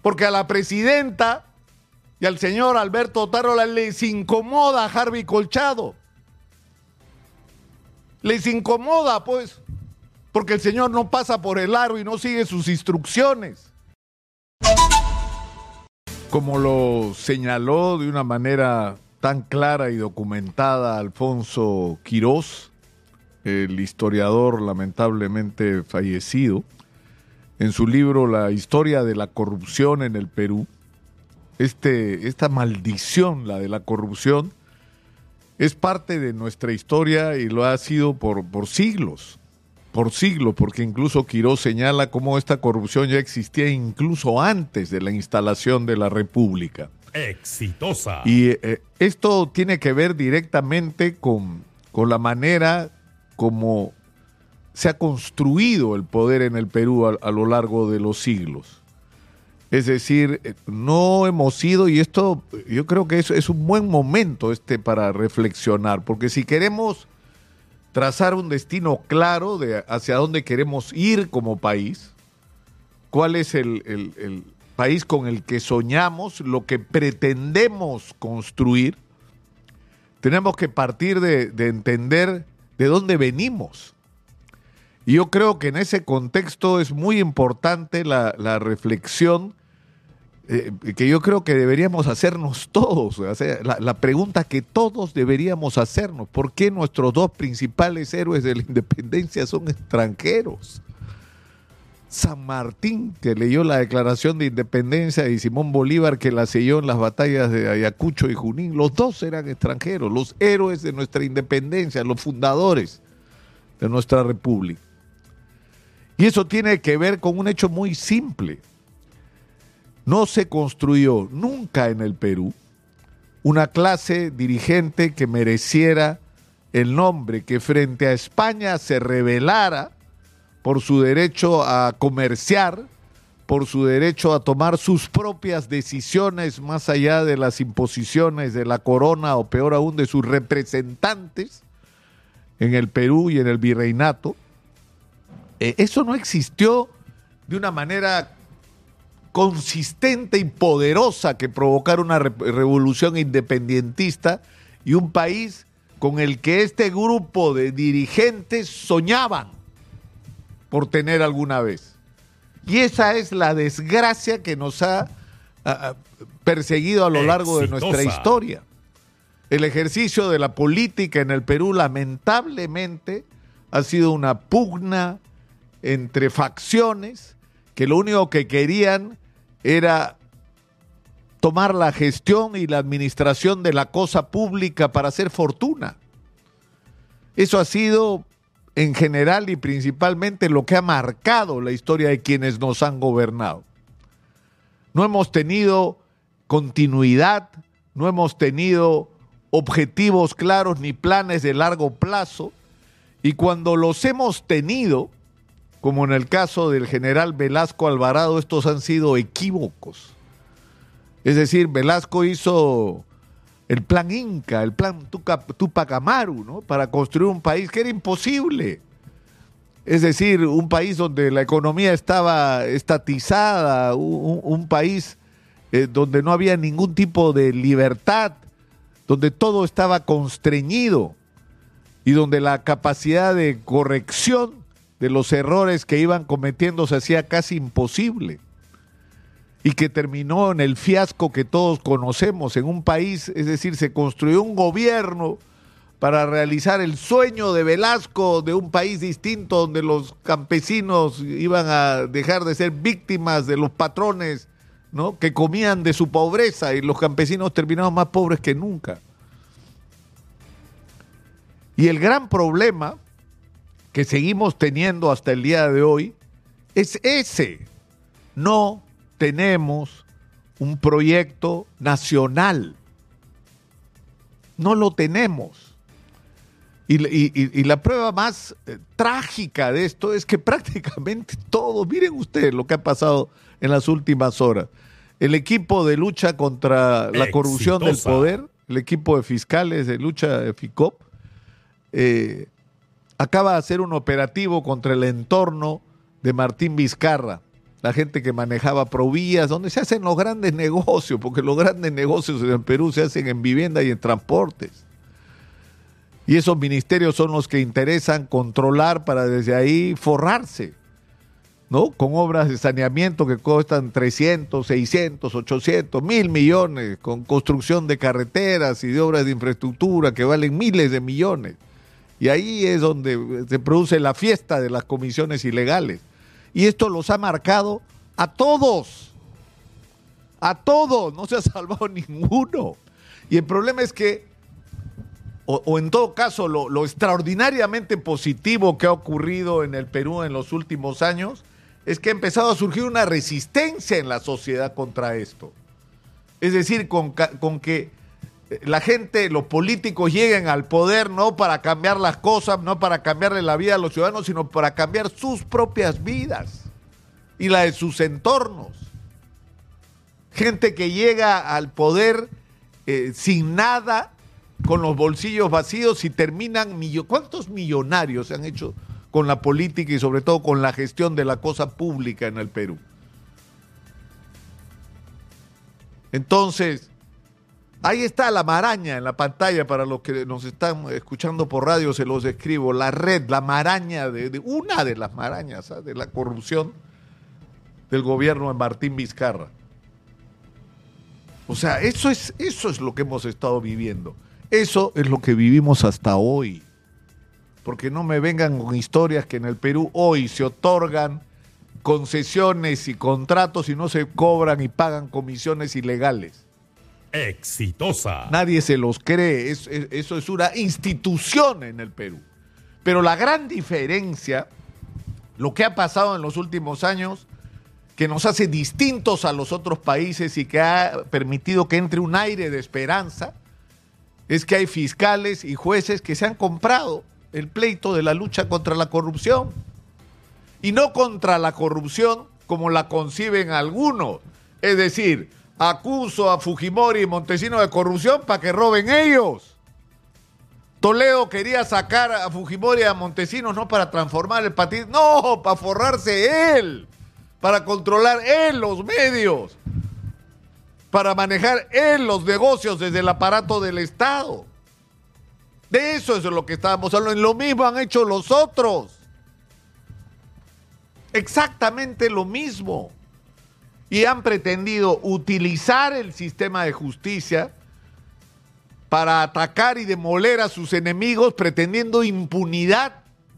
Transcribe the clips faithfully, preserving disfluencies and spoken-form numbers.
Porque a la presidenta y al señor Alberto Otárola les incomoda a Harvey Colchado. Les incomoda, pues, porque el señor no pasa por el aro y no sigue sus instrucciones. Como lo señaló de una manera tan clara y documentada Alfonso Quirós, el historiador lamentablemente fallecido, en su libro La historia de la corrupción en el Perú, este, esta maldición, la de la corrupción, es parte de nuestra historia y lo ha sido por, por siglos, por siglos, porque incluso Quirós señala cómo esta corrupción ya existía incluso antes de la instalación de la República. Exitosa. Y eh, esto tiene que ver directamente con, con la manera como se ha construido el poder en el Perú a, a lo largo de los siglos. Es decir, no hemos sido, y esto yo creo que es, es un buen momento este para reflexionar, porque si queremos trazar un destino claro de hacia dónde queremos ir como país, cuál es el, el, el país con el que soñamos, lo que pretendemos construir, tenemos que partir de, de entender de dónde venimos. Y yo creo que en ese contexto es muy importante la, la reflexión eh, que yo creo que deberíamos hacernos todos, o sea, la, la pregunta que todos deberíamos hacernos: ¿por qué nuestros dos principales héroes de la independencia son extranjeros? San Martín, que leyó la Declaración de Independencia, y Simón Bolívar, que la selló en las batallas de Ayacucho y Junín, los dos eran extranjeros, los héroes de nuestra independencia, los fundadores de nuestra república. Y eso tiene que ver con un hecho muy simple. No se construyó nunca en el Perú una clase dirigente que mereciera el nombre, que frente a España se rebelara por su derecho a comerciar, por su derecho a tomar sus propias decisiones más allá de las imposiciones de la corona o peor aún de sus representantes en el Perú y en el virreinato. Eh, eso no existió de una manera consistente y poderosa que provocara una re- revolución independentista y un país con el que este grupo de dirigentes soñaban por tener alguna vez. Y esa es la desgracia que nos ha a, perseguido a lo largo de nuestra historia. El ejercicio de la política en el Perú lamentablemente ha sido una pugna entre facciones que lo único que querían era tomar la gestión y la administración de la cosa pública para hacer fortuna. Eso ha sido en general y principalmente lo que ha marcado la historia de quienes nos han gobernado. No hemos tenido continuidad, no hemos tenido objetivos claros ni planes de largo plazo, y cuando los hemos tenido, como en el caso del general Velasco Alvarado, estos han sido equívocos. Es decir, Velasco hizo el plan Inca, el plan Tupac Amaru, ¿no?, para construir un país que era imposible. Es decir, un país donde la economía estaba estatizada, un, un país eh, donde no había ningún tipo de libertad, donde todo estaba constreñido y donde la capacidad de corrección de los errores que iban cometiendo se hacía casi imposible, y que terminó en el fiasco que todos conocemos en un país. Es decir, se construyó un gobierno para realizar el sueño de Velasco de un país distinto, donde los campesinos iban a dejar de ser víctimas de los patrones, ¿no?, que comían de su pobreza, y los campesinos terminaron más pobres que nunca. Y el gran problema que seguimos teniendo hasta el día de hoy es ese: no tenemos un proyecto nacional, no lo tenemos. Y, y, y la prueba más eh, trágica de esto es que prácticamente todo, miren ustedes lo que ha pasado en las últimas horas, el equipo de lucha contra la corrupción del poder, el equipo de fiscales de lucha de FICOP, eh, acaba de hacer un operativo contra el entorno de Martín Vizcarra, la gente que manejaba Provías, donde se hacen los grandes negocios, porque los grandes negocios en el Perú se hacen en vivienda y en transportes. Y esos ministerios son los que interesan controlar para desde ahí forrarse, ¿no? Con obras de saneamiento que cuestan trescientos, seiscientos, ochocientos, mil millones, con construcción de carreteras y de obras de infraestructura que valen miles de millones. Y ahí es donde se produce la fiesta de las comisiones ilegales. Y esto los ha marcado a todos, a todos, no se ha salvado ninguno. Y el problema es que, o, o en todo caso, lo, lo extraordinariamente positivo que ha ocurrido en el Perú en los últimos años, es que ha empezado a surgir una resistencia en la sociedad contra esto. Es decir, con, con que la gente, los políticos lleguen al poder no para cambiar las cosas, no para cambiarle la vida a los ciudadanos, sino para cambiar sus propias vidas y la de sus entornos. Gente que llega al poder eh, sin nada, con los bolsillos vacíos y terminan... Millo- ¿Cuántos millonarios se han hecho con la política y sobre todo con la gestión de la cosa pública en el Perú? Entonces, ahí está la maraña en la pantalla para los que nos están escuchando por radio, se los escribo, la red, la maraña, de, de una de las marañas, ¿sabes?, de la corrupción del gobierno de Martín Vizcarra. O sea, eso es, eso es lo que hemos estado viviendo. Eso es lo que vivimos hasta hoy. Porque no me vengan con historias que en el Perú hoy se otorgan concesiones y contratos y no se cobran y pagan comisiones ilegales. Exitosa. Nadie se los cree, es, es, eso es una institución en el Perú. Pero la gran diferencia, lo que ha pasado en los últimos años, que nos hace distintos a los otros países y que ha permitido que entre un aire de esperanza, es que hay fiscales y jueces que se han comprado el pleito de la lucha contra la corrupción. Y no contra la corrupción como la conciben algunos. Es decir, acuso a Fujimori y Montesinos de corrupción para que roben ellos. Toledo quería sacar a Fujimori y a Montesinos no para transformar el partido, no, para forrarse él, para controlar él los medios, para manejar él los negocios desde el aparato del Estado. De eso es de lo que estábamos hablando. Lo mismo han hecho los otros. Exactamente lo mismo. Y han pretendido utilizar el sistema de justicia para atacar y demoler a sus enemigos, pretendiendo impunidad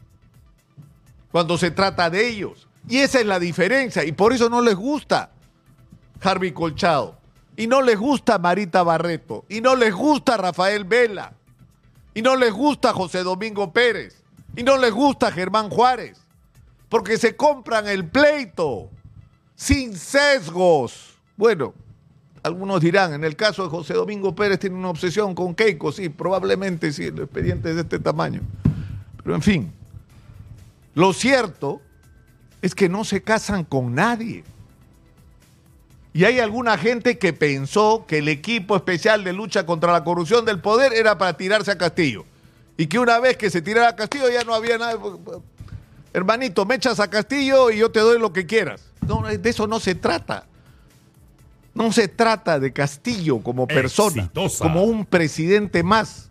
cuando se trata de ellos. Y esa es la diferencia. Y por eso no les gusta Harvey Colchado. Y no les gusta Marita Barreto. Y no les gusta Rafael Vela. Y no les gusta José Domingo Pérez. Y no les gusta Germán Juárez. Porque se compran el pleito sin sesgos. Bueno, algunos dirán, en el caso de José Domingo Pérez tiene una obsesión con Keiko. Sí, probablemente sí, el expediente es de este tamaño. Pero en fin, lo cierto es que no se casan con nadie. Y hay alguna gente que pensó que el equipo especial de lucha contra la corrupción del poder era para tirarse a Castillo. Y que una vez que se tirara a Castillo ya no había nada. Hermanito, me echas a Castillo y yo te doy lo que quieras. No, de eso no se trata. No se trata de Castillo como persona, Exitosa. Como un presidente más,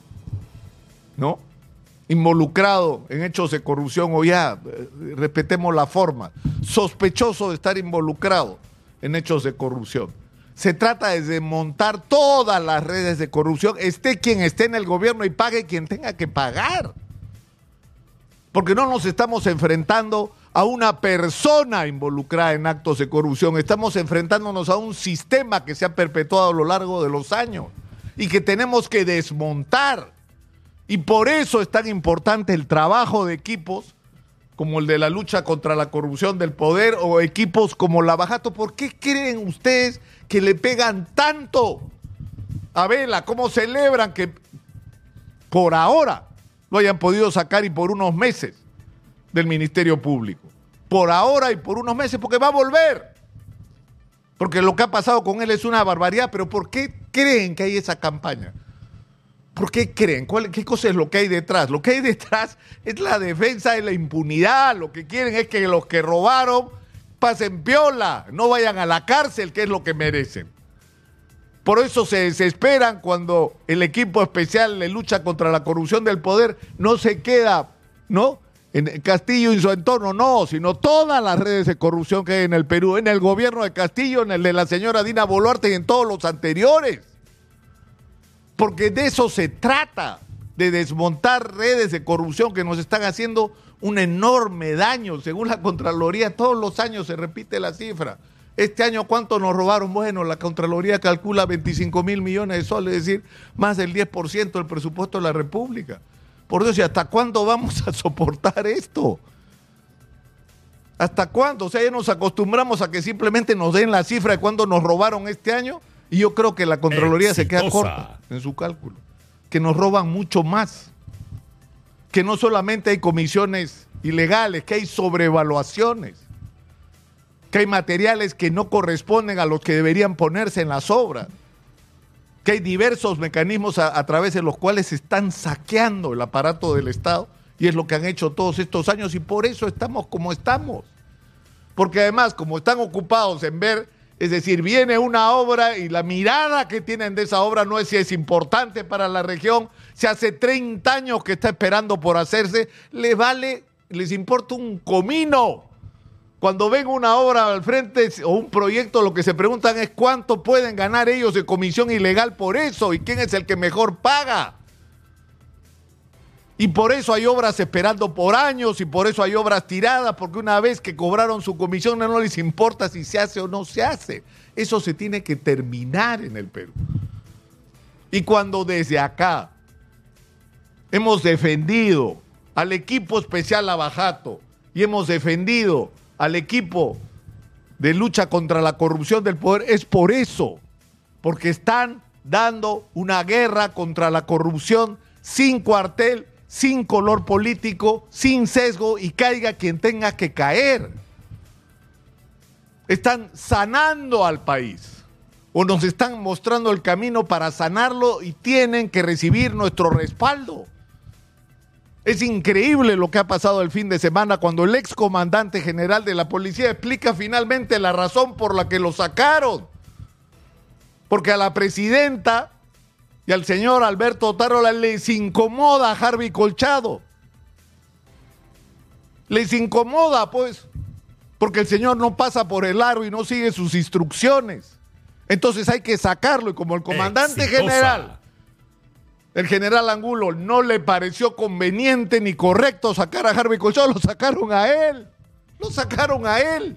¿no? Involucrado en hechos de corrupción, o ya, respetemos la forma, sospechoso de estar involucrado en hechos de corrupción. Se trata de desmontar todas las redes de corrupción, esté quien esté en el gobierno y pague quien tenga que pagar. Porque no nos estamos enfrentando a una persona involucrada en actos de corrupción, estamos enfrentándonos a un sistema que se ha perpetuado a lo largo de los años y que tenemos que desmontar. Y por eso es tan importante el trabajo de equipos como el de la lucha contra la corrupción del poder o equipos como Lavajato. ¿Por qué creen ustedes que le pegan tanto a Vela? ¿Cómo celebran que por ahora lo hayan podido sacar y por unos meses del Ministerio Público? Por ahora y por unos meses, porque va a volver. Porque lo que ha pasado con él es una barbaridad. Pero ¿por qué creen que hay esa campaña? ¿Por qué creen? ¿Cuál, ¿Qué cosa es lo que hay detrás? Lo que hay detrás es la defensa de la impunidad. Lo que quieren es que los que robaron pasen piola, no vayan a la cárcel, que es lo que merecen. Por eso se desesperan cuando el equipo especial de lucha contra la corrupción del poder no se queda, ¿no?, en Castillo y su entorno, no, sino todas las redes de corrupción que hay en el Perú, en el gobierno de Castillo, en el de la señora Dina Boluarte y en todos los anteriores. Porque de eso se trata, de desmontar redes de corrupción que nos están haciendo un enorme daño. Según la Contraloría, todos los años se repite la cifra. Este año, ¿cuánto nos robaron? Bueno, la Contraloría calcula veinticinco mil millones de soles, es decir, más del diez por ciento del presupuesto de la República. Por Dios, ¿y hasta cuándo vamos a soportar esto? ¿Hasta cuándo? O sea, ya nos acostumbramos a que simplemente nos den la cifra de cuándo nos robaron este año, y yo creo que la Contraloría Exitosa. Se queda corta en su cálculo. Que nos roban mucho más. Que no solamente hay comisiones ilegales, que hay sobrevaluaciones, que hay materiales que no corresponden a los que deberían ponerse en las obras, que hay diversos mecanismos a, a través de los cuales se están saqueando el aparato del Estado, y es lo que han hecho todos estos años, y por eso estamos como estamos. Porque además, como están ocupados en ver, es decir, viene una obra y la mirada que tienen de esa obra no es si es importante para la región, si hace treinta años que está esperando por hacerse, les vale, les importa un comino. Cuando ven una obra al frente o un proyecto, lo que se preguntan es cuánto pueden ganar ellos de comisión ilegal por eso y quién es el que mejor paga. Y por eso hay obras esperando por años y por eso hay obras tiradas, porque una vez que cobraron su comisión no les importa si se hace o no se hace. Eso se tiene que terminar en el Perú. Y cuando desde acá hemos defendido al equipo especial Lavajato y hemos defendido al equipo de lucha contra la corrupción del poder, es por eso, porque están dando una guerra contra la corrupción sin cuartel, sin color político, sin sesgo, y caiga quien tenga que caer. Están sanando al país, o nos están mostrando el camino para sanarlo, y tienen que recibir nuestro respaldo. Es increíble lo que ha pasado el fin de semana cuando el excomandante general de la policía explica finalmente la razón por la que lo sacaron. Porque a la presidenta y al señor Alberto Otárola les incomoda a Harvey Colchado. Les incomoda, pues, porque el señor no pasa por el aro y no sigue sus instrucciones. Entonces hay que sacarlo, y como el comandante Exitosa. general... El general Angulo no le pareció conveniente ni correcto sacar a Harvey Colchado, lo sacaron a él. Lo sacaron a él.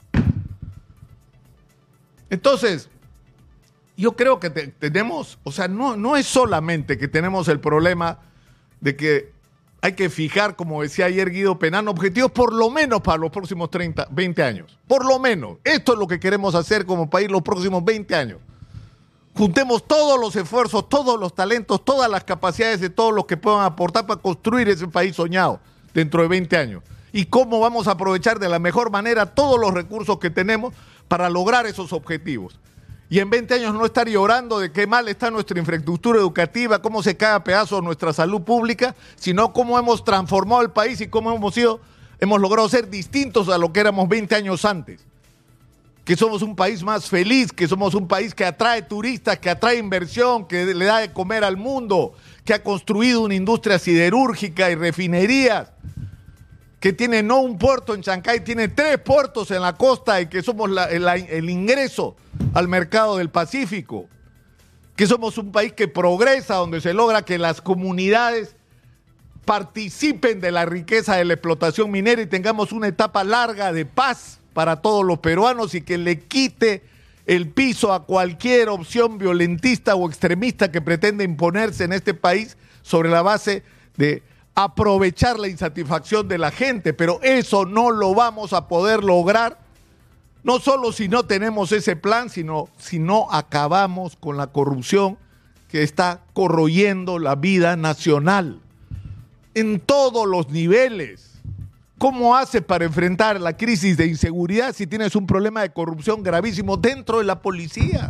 Entonces, yo creo que te, tenemos, o sea, no, no es solamente que tenemos el problema de que hay que fijar, como decía ayer Guido Penán, objetivos por lo menos para los próximos treinta, veinte años. Por lo menos. Esto es lo que queremos hacer como país los próximos veinte años. Juntemos todos los esfuerzos, todos los talentos, todas las capacidades de todos los que puedan aportar para construir ese país soñado dentro de veinte años. Y cómo vamos a aprovechar de la mejor manera todos los recursos que tenemos para lograr esos objetivos. Y en veinte años no estar llorando de qué mal está nuestra infraestructura educativa, cómo se cae a pedazos nuestra salud pública, sino cómo hemos transformado el país y cómo hemos sido, hemos logrado ser distintos a lo que éramos veinte años antes. Que somos un país más feliz, que somos un país que atrae turistas, que atrae inversión, que le da de comer al mundo, que ha construido una industria siderúrgica y refinerías, que tiene no un puerto en Chancay, tiene tres puertos en la costa, y que somos la, el, el ingreso al mercado del Pacífico, que somos un país que progresa, donde se logra que las comunidades participen de la riqueza de la explotación minera y tengamos una etapa larga de paz para todos los peruanos, y que le quite el piso a cualquier opción violentista o extremista que pretende imponerse en este país sobre la base de aprovechar la insatisfacción de la gente. Pero eso no lo vamos a poder lograr, no solo si no tenemos ese plan, sino si no acabamos con la corrupción que está corroyendo la vida nacional en todos los niveles. ¿Cómo hace para enfrentar la crisis de inseguridad si tienes un problema de corrupción gravísimo dentro de la policía?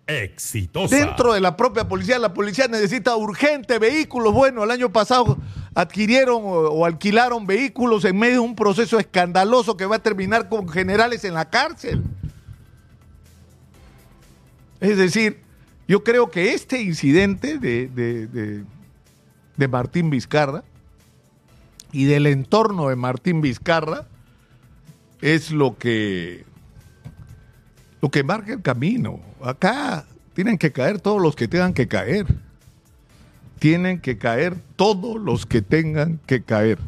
Exitosa. Dentro de la propia policía, la policía necesita urgente vehículos. Bueno, el año pasado adquirieron o, o alquilaron vehículos en medio de un proceso escandaloso que va a terminar con generales en la cárcel. Es decir, yo creo que este incidente de, de, de, de Martín Vizcarra y del entorno de Martín Vizcarra es lo que, lo que marca el camino. Acá tienen que caer todos los que tengan que caer. Tienen que caer todos los que tengan que caer.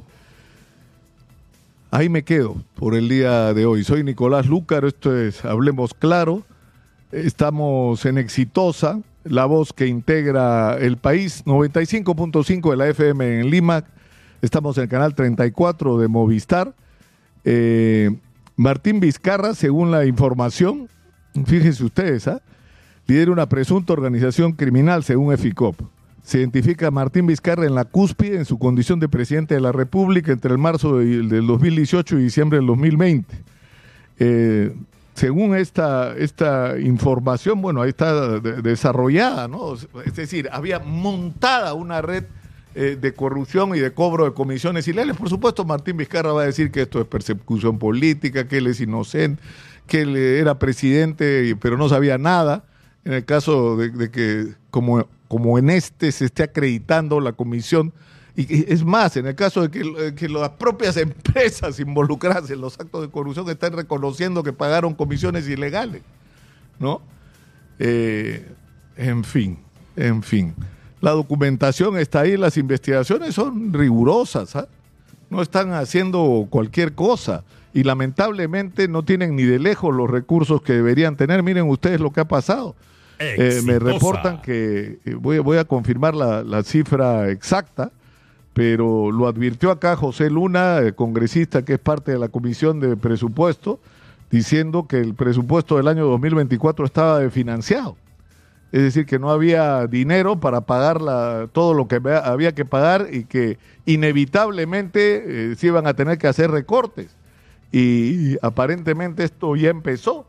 Ahí me quedo por el día de hoy. Soy Nicolás Lúcar, esto es Hablemos Claro. Estamos en Exitosa, la voz que integra el país, noventa y cinco punto cinco de la F M en Lima. Estamos en el canal treinta y cuatro de Movistar. Eh, Martín Vizcarra, según la información, fíjense ustedes, ¿eh? lidera una presunta organización criminal según EFICOP. Se identifica a Martín Vizcarra en la cúspide en su condición de presidente de la República entre el marzo de, del dos mil dieciocho y diciembre del dos mil veinte. Eh, según esta, esta información, bueno, ahí está de, desarrollada, ¿no? Es decir, había montada una red eh, de corrupción y de cobro de comisiones ilegales. Por supuesto, Martín Vizcarra va a decir que esto es persecución política, que él es inocente, que él era presidente, pero no sabía nada. En el caso de, de que, como, como en este, se esté acreditando la comisión. Y es más, en el caso de que, que las propias empresas involucradas en los actos de corrupción están reconociendo que pagaron comisiones ilegales, ¿no? Eh, en fin, en fin. La documentación está ahí, las investigaciones son rigurosas, ¿eh? No están haciendo cualquier cosa y lamentablemente no tienen ni de lejos los recursos que deberían tener. Miren ustedes lo que ha pasado. Eh, me reportan que, eh, voy, voy a confirmar la, la cifra exacta, pero lo advirtió acá José Luna, el congresista que es parte de la Comisión de Presupuesto, diciendo que el presupuesto del año dos mil veinticuatro estaba desfinanciado. Es decir, que no había dinero para pagar la, todo lo que había que pagar y que inevitablemente eh, se iban a tener que hacer recortes. Y, y aparentemente esto ya empezó,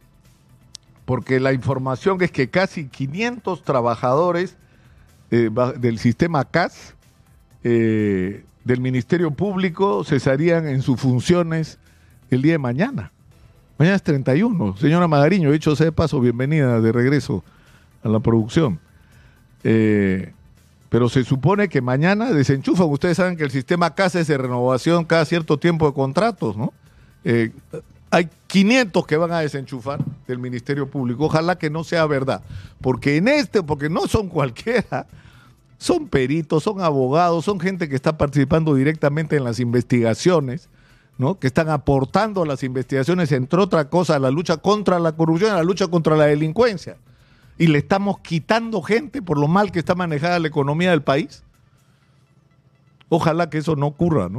porque la información es que casi quinientos trabajadores eh, del sistema C A S Eh, del Ministerio Público cesarían en sus funciones el día de mañana. Mañana es treinta y uno. Señora Magariño, dicho sea de paso, bienvenida de regreso a la producción. Eh, pero se supone que mañana desenchufan. Ustedes saben que el sistema C A S es de renovación cada cierto tiempo de contratos, ¿no? Eh, hay quinientos que van a desenchufar del Ministerio Público. Ojalá que no sea verdad. Porque en este, porque no son cualquiera. Son peritos, son abogados, son gente que está participando directamente en las investigaciones, ¿no? Que están aportando a las investigaciones, entre otras cosas, a la lucha contra la corrupción, a la lucha contra la delincuencia. Y le estamos quitando gente por lo mal que está manejada la economía del país. Ojalá que eso no ocurra, ¿no?